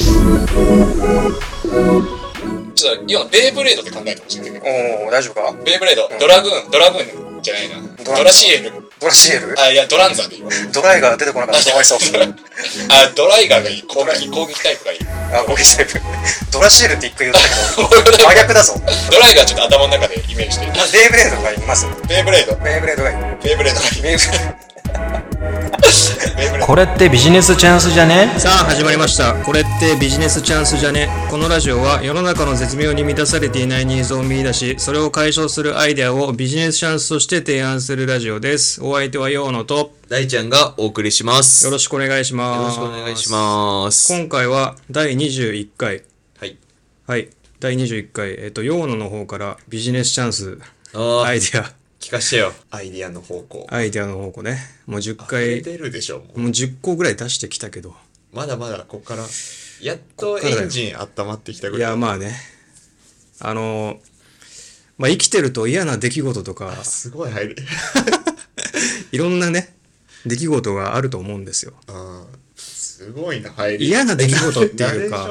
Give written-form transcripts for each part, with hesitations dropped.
ちょっと今ベイブレードって考えてほしいんだけど。 おー、大丈夫か？ ベイブレード、ドラグーンじゃないな。ドラシエル。 ドラシエル？ あ、いや、ドランザーでいいわ。 ドライが出てこなかった。かわいそう。 あ、ドライガーがいい。攻撃タイプがいい。 あ、攻撃タイプ。ドラシエルって一回言ったけど、真逆だぞ。 ドライガーちょっと頭の中でイメージしてる。 ベイブレードがいます。 ベイブレード。 ベイブレードがいい。 ベイブレードがいい。 ベイブレード。 これってビジネスチャンスじゃね？ さあ始まりました。これってビジネスチャンスじゃね？このラジオは世の中の絶妙に満たされていないニーズを見出し、それを解消するアイデアをビジネスチャンスとして提案するラジオです。お相手はヨーノと大ちゃんがお送りします。 よろしくお願いします。 よろしくお願いします。 今回は第21回。 はい。 第21回。ヨーノの方からビジネスチャンスアイデア。 聞かしてよ。アイディアの方向ね。もう10回。 出るでしょ。 もう10個ぐらい出してきたけど。 まだまだこっから、やっとエンジン温まってきたぐらい。 いや、まあね。まあ生きてると嫌な出来事とか。 すごい入る。 いろんなね、出来事があると思うんですよ。 すごいな、入り。 嫌な出来事っていうか。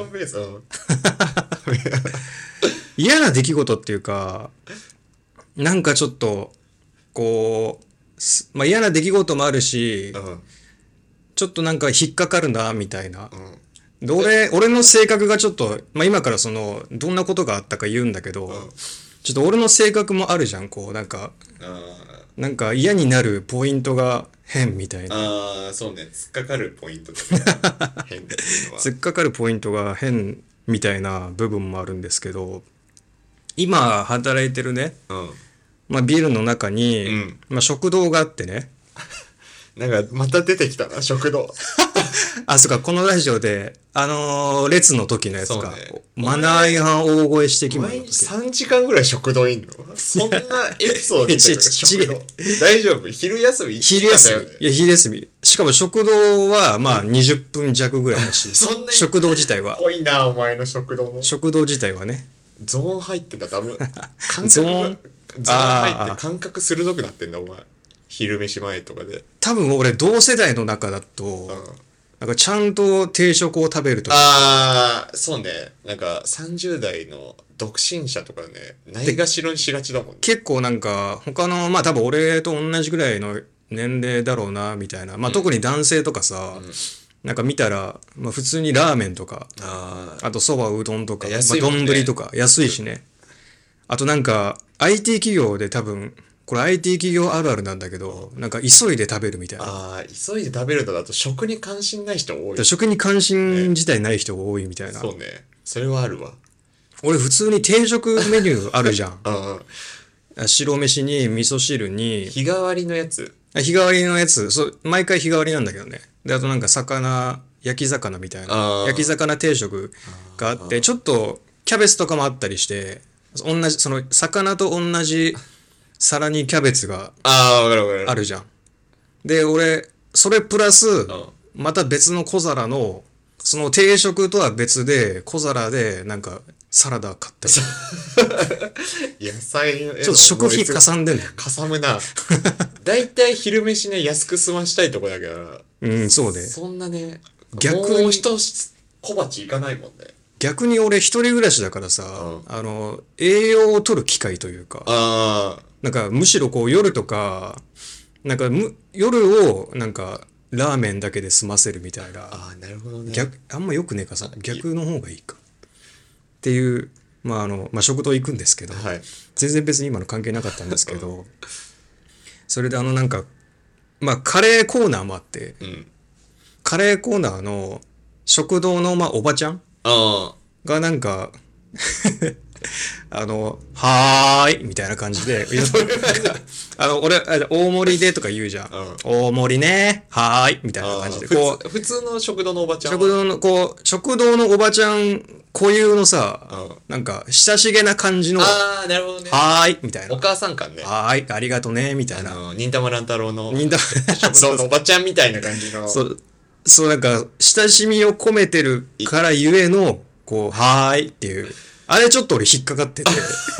嫌な出来事っていうか、なんかちょっと、こう、まあ嫌な出来事もあるし、ちょっとなんか引っかかるな、みたいな。で、俺の性格がちょっと、まあ今からどんなことがあったか言うんだけど、ちょっと俺の性格もあるじゃん、こう、なんか嫌になるポイントが変みたいな。 そうね、突っかかるポイントが変っていうのは。 突っかかるポイントが変みたいな部分もあるんですけど、今働いてるね、まあビルの中に、まあ食堂があってね。 なんかまた出てきたな、食堂。 あ、そうか、このラジオで、列の時のやつか。マナー違反大声してきました。3時間ぐらい食堂いんの？そんなエピソード聞いた食堂。大丈夫？昼休み？ 昼休み。いや、昼休み。しかも食堂は、まあ20分弱ぐらいだし。 そんな食堂自体は。 濃いな、お前の食堂の。 食堂自体はね。 ゾーン入ってんだ、多分。ゾーン入って感覚鋭くなってんだ、お前。昼飯前とかで。 多分俺同世代の中だと、なんかちゃんと定食を食べるとか。そうね。なんか30代の独身者とかね、ないがしろにしがちだもんね。 結構なんか他の、まあ多分俺と同じぐらいの年齢だろうな、みたいな。まあ特に男性とかさ、なんか見たら、まあ普通にラーメンとか、あとそばうどんとか、まあ丼とか、安いしね。あとなんか IT 企業で多分、これ IT 企業あるあるなんだけど、なんか急いで食べるみたいな。 急いで食べるのだと食に関心ない人多い。 食に関心自体ない人が多いみたいな。 そうね。それはあるわ。 俺普通に定食メニューあるじゃん。白飯に味噌汁に。 日替わりのやつ。 日替わりのやつ。毎回日替わりなんだけどね。で、あとなんか焼き魚みたいな。焼き魚定食があって、ちょっとキャベツとかもあったりして、魚と同じ皿にキャベツがあるじゃん。で、俺、それプラス、また別の小皿の、その定食とは別で、小皿でなんかサラダ買ったり。 野菜、 ちょっと食費かさんでんの。 かさむな。だいたい昼飯ね、安く済ましたいとこだけどな。 そうね。 そんなね、 逆にもう一小鉢いかないもんね。 逆に俺一人暮らしだからさ、栄養を取る機会というか、なんかむしろこう夜とか、なんか夜をなんかラーメンだけで済ませるみたいな。 なるほどね。 あんま良くねえかさ、逆の方がいいか。っていう、まあ食堂行くんですけど、全然別に今の関係なかったんですけど、それでなんか、まあカレーコーナーもあって、カレーコーナーの食堂のおばちゃんがなんかはーいみたいな感じで俺大盛りでとか言うじゃん、大盛りねはーいみたいな感じで普通の食堂のおばちゃん食堂のおばちゃん固有のさ、なんか親しげな感じのなるほどね、 はーいみたいな、 お母さん感ね、 はーいありがとねみたいな、 忍たま乱太郎の食堂のおばちゃんみたいな感じのそうなんか親しみを込めてるからゆえのこうはーいっていう、あれちょっと俺引っかかってて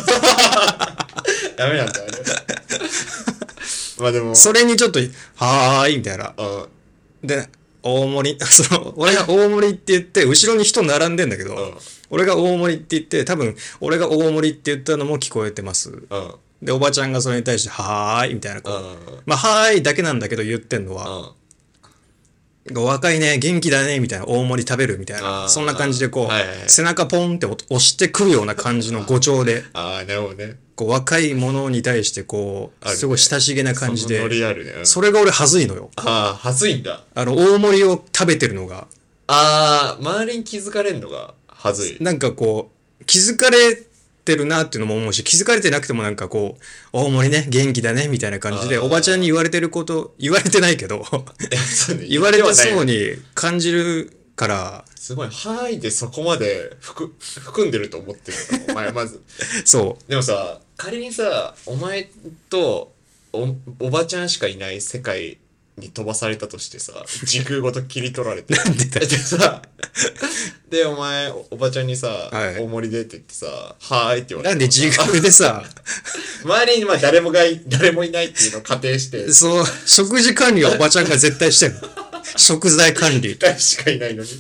ダメなんだよね。まあでもそれにちょっとはーいみたいな、で大盛り、俺が大盛りって言って、後ろに人並んでんだけど、俺が大盛りって言って、多分、俺が大盛りって言ったのも聞こえてます。で、おばちゃんがそれに対して、はーい、みたいな、まあ、はーいだけなんだけど言ってんのは、若いね、元気だね、みたいな、大盛り食べるみたいな、そんな感じでこう、背中ポンって押してくるような感じの語調で、 なるほどね。 こう若い者に対してこう、すごい親しげな感じで、 そのノリあるね。 それが俺はずいのよ。 はずいんだ。 大盛りを食べてるのが。 周りに気づかれるのがはずい。 なんかこう、気づかれてるなっていうのも思うし、気づかれてなくてもなんかこう、大盛りね、元気だね、みたいな感じで、おばちゃんに言われてること、言われてないけど、言われてそうに感じるから、 すごい、はーいでそこまで含んでると思ってるのか、お前まず。 そう。 でもさ、仮にさ、お前とおばちゃんしかいない世界に飛ばされたとしてさ、時空ごと切り取られて。なんでだよ。でさ、で、お前、おばちゃんにさ、大盛りでって言ってさ、はーいって言われて。 なんで時空でさ、 周りに誰もいないっていうのを仮定して。 そう、食事管理はおばちゃんが絶対してる。食材管理。 2人しかいないのに。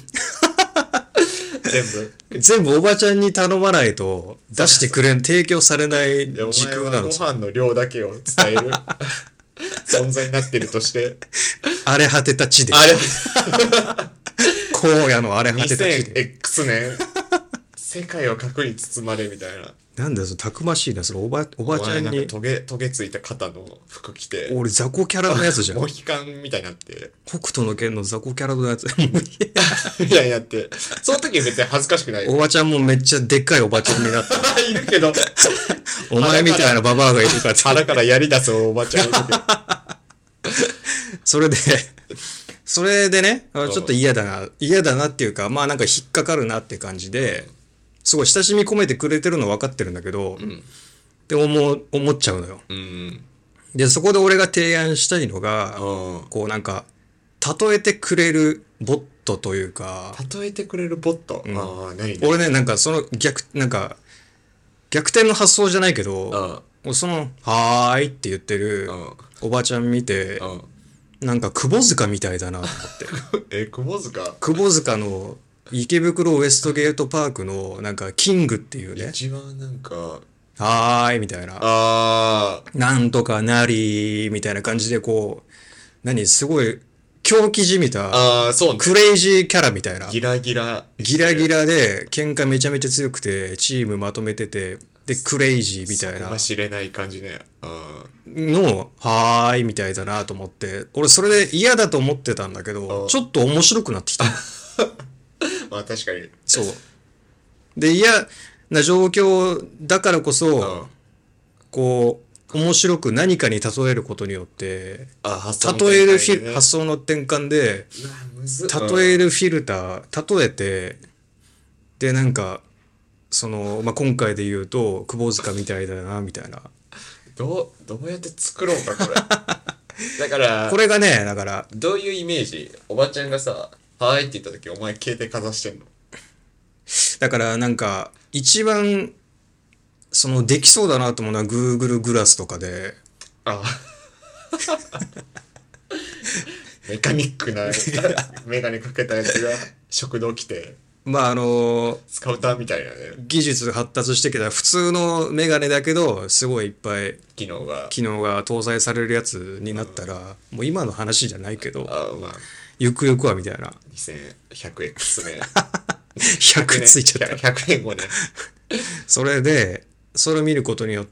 全部おばちゃんに頼まないと出してくれん、提供されない時空なの。 ご飯の量だけを伝える存在になってるとして。 荒れ果てた地で。荒野の荒れ果てた地で。 2000X 年。世界を核に包まれみたいな。 なんだよ、たくましいな、それおばちゃんに。 トゲついた肩の服着て。 俺、雑魚キャラのやつじゃん。 モヒカンみたいになって。 北斗の拳の雑魚キャラのやつ。 みたいになって。その時別に恥ずかしくない。 おばちゃんもめっちゃでっかいおばちゃんになって。 いるけど。 お前みたいなババアがいるかって。 腹からやり出すおばちゃんいるけど。 それでね、ちょっと嫌だなっていうか、まあなんか引っかかるなって感じで、すごい親しみ込めてくれてるの分かってるんだけど、って思っちゃうのよ。で、そこで俺が提案したいのが、こうなんか、例えてくれるボットというか。 例えてくれるボット、 俺ね、なんかその逆転の発想じゃないけど、その、はーいって言ってるおばちゃん見て、なんか窪塚みたいだなと思って。窪塚の池袋ウエストゲートパークのなんかキングっていうね。 一番なんか、 はーいみたいな。なんとかなりみたいな感じでこう、すごい狂気じみた、クレイジーキャラみたいな。 ギラギラで喧嘩めちゃめちゃ強くて、チームまとめてて、で、クレイジーみたいな。 そこが知れない感じね。 の、はーいみたいだなと思って、俺それで嫌だと思ってたんだけど、ちょっと面白くなってきた。 まあ確かに。 そう。で、嫌な状況だからこそ、こう、面白く何かに例えることによって、例える発想の転換で、例えるフィルター、例えて、で、なんか、まあ、今回で言うと、窪塚みたいだな、みたいな。 どうやって作ろうか、これ。だから、 これがね、だから、 どういうイメージ？おばちゃんがさ、はーいって言った時、お前携帯かざしてんの？ だからなんか、一番、できそうだなと思うのは Google グラスとかで。 メカニックな、メガネかけたやつが食堂来て。 まあスカウターみたいなね。 技術発達してきた普通のメガネだけど、すごいいっぱい機能が搭載されるやつになったら、もう今の話じゃないけど、ゆくゆくはみたいな。 2100X ね。 100ついちゃった。 100年後ね。 それを見ることによって、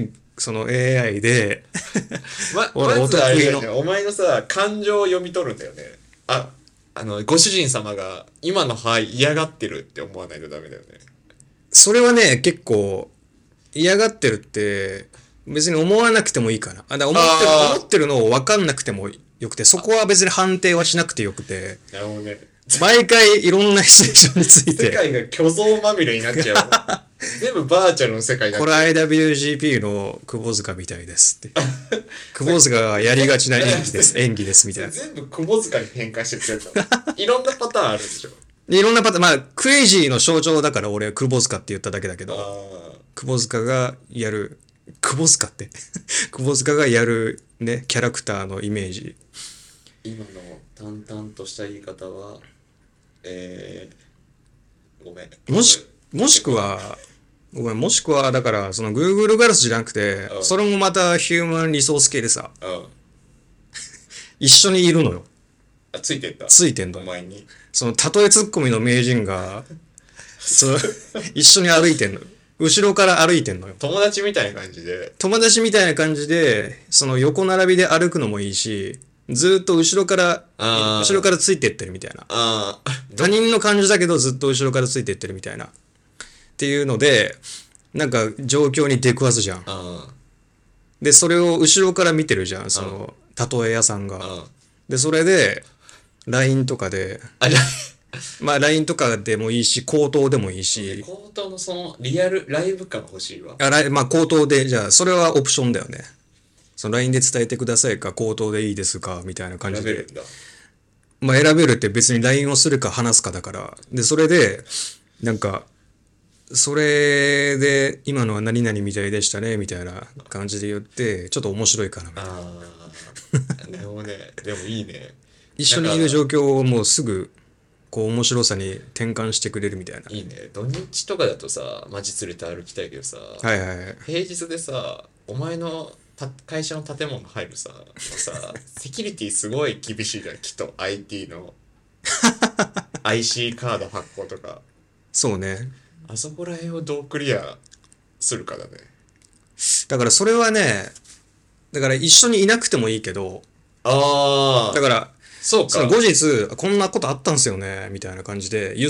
その AI で、 まずあれだよね、お前のさ、感情を読み取るんだよね。ご主人様が今の嫌がってるって思わないとダメだよね。 それはね、結構嫌がってるって別に思わなくてもいいかな。思ってるのを分かんなくてもよくて、そこは別に判定はしなくてよくて。 なるほどね。 毎回いろんなシチュエーションについて。 世界が虚像まみれになっちゃう。全部バーチャルの世界だ。 これ IWGP の窪塚みたいですって。窪塚がやりがちな演技ですみたいな。 全部窪塚に変換してるやつ。いろんなパターンあるでしょ。 いろんなパターン、まあ、クレイジーの象徴だから俺は窪塚って言っただけだけど、窪塚がやる、窪塚って窪塚がやるね、キャラクターのイメージ。 今の淡々とした言い方はごめんもしくは、ごめん、もしくは、だから、その Google ガラスじゃなくて、 うんそれもまたヒューマンリソース系でさ、 うん一緒にいるのよ。 あついてったついてんのよ。 お前にその、例えツッコミの名人が、そう一緒に歩いてんのよ。後ろから歩いてんのよ。 友達みたいな感じで友達みたいな感じで、その横並びで歩くのもいいし、ずーっと後ろからついてってるみたいな。 ああ他人の感じだけどずっと後ろからついてってるみたいな。っていうので、なんか状況に出くわすじゃん。 あで、それを後ろから見てるじゃん、その、例え屋さんが。 あで、それで、LINE とかで、 あじゃまあ LINE とかでもいいし、口頭でもいいし、 口頭のそのリアルライブ感欲しいわまあ口頭で、じゃあそれはオプションだよね。その LINE で伝えてくださいか、口頭でいいですか、みたいな感じで選べる。んだまあ選べるって別に LINE をするか話すかだから。で、それで、なんか、それで、今のは何々みたいでしたね、みたいな感じで言って、ちょっと面白いかな。 ああでもねでもいいね一緒にいる状況をもうすぐ、こう面白さに転換してくれるみたいな。 いいね土日とかだとさ街連れて歩きたいけどさ、 はいはいはい。 平日でさお前の会社の建物入るさセキュリティすごい厳しいじゃんきっと IT のIC カード発行とかそうね。 あそこら辺をどうクリアするかだねだからそれはね、だから一緒にいなくてもいいけど、 ああだから、 そうかその後日、こんなことあったんすよね、みたいな感じで言って、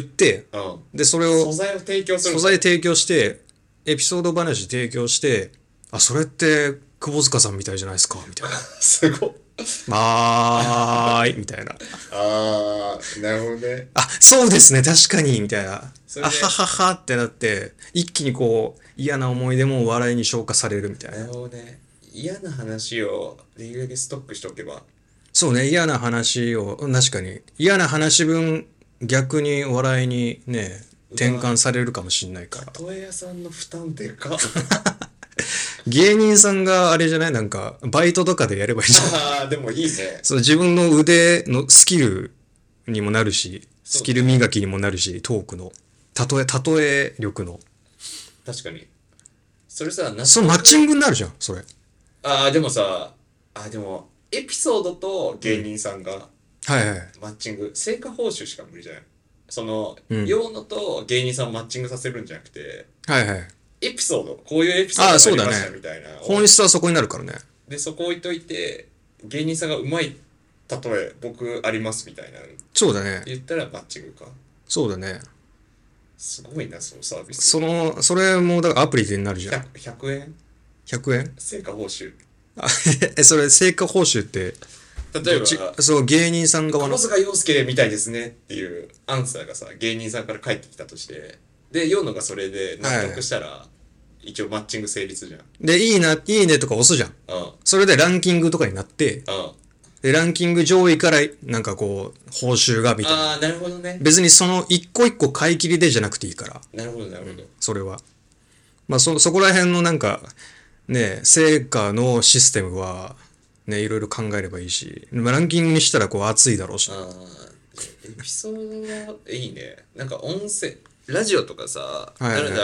うんで、それを素材を提供する素材提供して、エピソード話提供して、あ、それって、窪塚さんみたいじゃないですか、みたいな。 すごっまーい、みたいな。 ああなるほどねあ、そうですね、確かに、みたいな。あそれではははってなって、一気にこう、嫌な思い出も笑いに消化されるみたいなな。 るほどね嫌な話をできるだけストックしておけばそうね、嫌な話を、確かに、嫌な話分、逆に笑いにね、転換されるかもしんないから。 問屋さんの負担でかっ芸人さんがあれじゃないなんか、バイトとかでやればいいじゃん。 ああでもいいねそう、自分の腕のスキルにもなるし、スキル磨きにもなるし、トークの。例え力の。 確かにそれさそのマッチングになるじゃん、それ。 ああでもさでもエピソードと芸人さんがはいはい。 マッチング成果報酬しか無理じゃないその、 うん用のと芸人さんをマッチングさせるんじゃなくてはいはい。 エピソードこういうエピソードがありましたみたいな本質はそこになるからね。 でそこ置いといて芸人さんがうまい例え僕ありますみたいなそうだね。 言ったらマッチングかそうだね。 すごいなそのサービスそれも、だからアプリでになるじゃん。 100円 100円成果報酬あそれ、成果報酬って、 例えばそう、芸人さん側の。 窪塚洋介みたいですねっていうアンサーがさ芸人さんから返ってきたとしてでヨノがそれで納得したら、一応マッチング成立じゃんで、いいねとか押すじゃん。 うんそれでランキングとかになって、 うんで、ランキング上位から、なんかこう、報酬が、みたいな。 ああなるほどね別にその一個一個買い切りでじゃなくていいから、 なるほどなるほど、 それは。まあ、そこら辺のなんか、ね、成果のシステムは、ね、いろいろ考えればいいし、まあランキングにしたらこう熱いだろうし。 ああエピソードはいいねなんか音声ラジオとかさ、 はいはいなので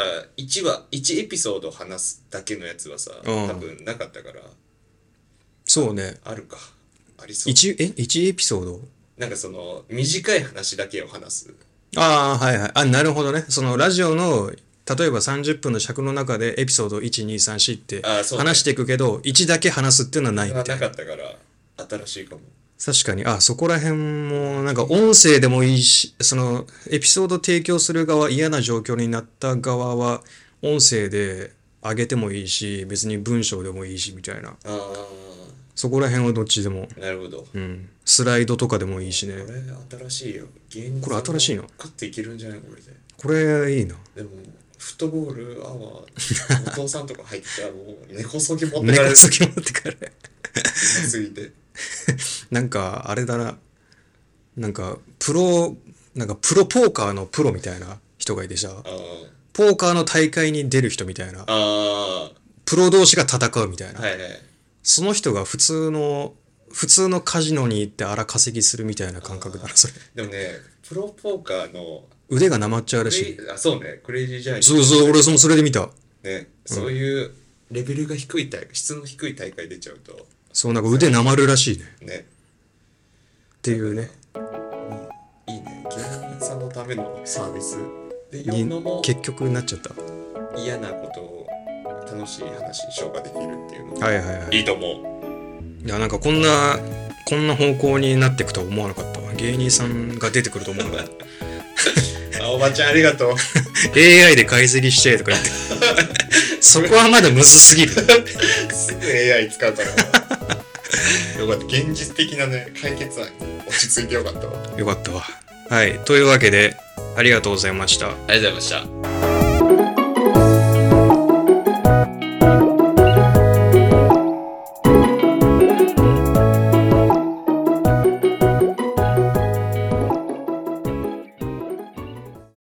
1エピソード話すだけのやつはさ、 うん多分なかったからそうね。 あるかありそう 1エピソードなんかその短い話だけを話すああ、はいはい。あ、なるほどね。そのラジオの、例えば30分の尺の中でエピソード1、2、3、4ってそうね話していくけど、1だけ話すっていうのはないみはたいな。 なかったから新しいかも確かに、そこら辺も、なんか音声でもいいし、その、エピソード提供する側、嫌な状況になった側は、音声で上げてもいいし、別に文章でもいいし、みたいな。 あそこら辺はどっちでも。 あなるほど、 うん。スライドとかでもいいしね。 これ新しいよ芸人これ新しいの勝っていけるんじゃないこれでこれ、いいな。 でもフットボールアワーお父さんとか入ってたらもう根こそぎ持って根かれるこそぎ持ってかれ。 すぎてなんか、あれだな。なんか、プロポーカーのプロみたいな人がいてさ、 あポーカーの大会に出る人みたいな。 あプロ同士が戦うみたいな。 はいはいその人が普通の普通のカジノに行って荒稼ぎするみたいな感覚だな、それ。 でもね、プロポーカーの腕がなまっちゃうらしい。 そうね、クレイジージャーニー。 そうそう、俺それで見た。 ね、そういうレベルが低い大会、質の低い大会出ちゃうと、 そう、なんか腕なまるらしいね。 ね。 っていうね。 いいね。芸人さんのためのサービスで読むのも結局なっちゃった。 嫌なことを楽しい話に消化できるっていうのはいはいはい。 いいと思う。 いや、なんかこんな方向になっていくとは思わなかったわ。芸人さんが出てくると思うのだ。 あ、おばちゃんありがとう。 AI で解析してとか言って。そこはまだむずすぎる。 すぐ AI 使うからな。よかった。現実的なね、解決案に落ち着いてよかったわ。 よかったわ。はい。というわけで、ありがとうございました。 ありがとうございました。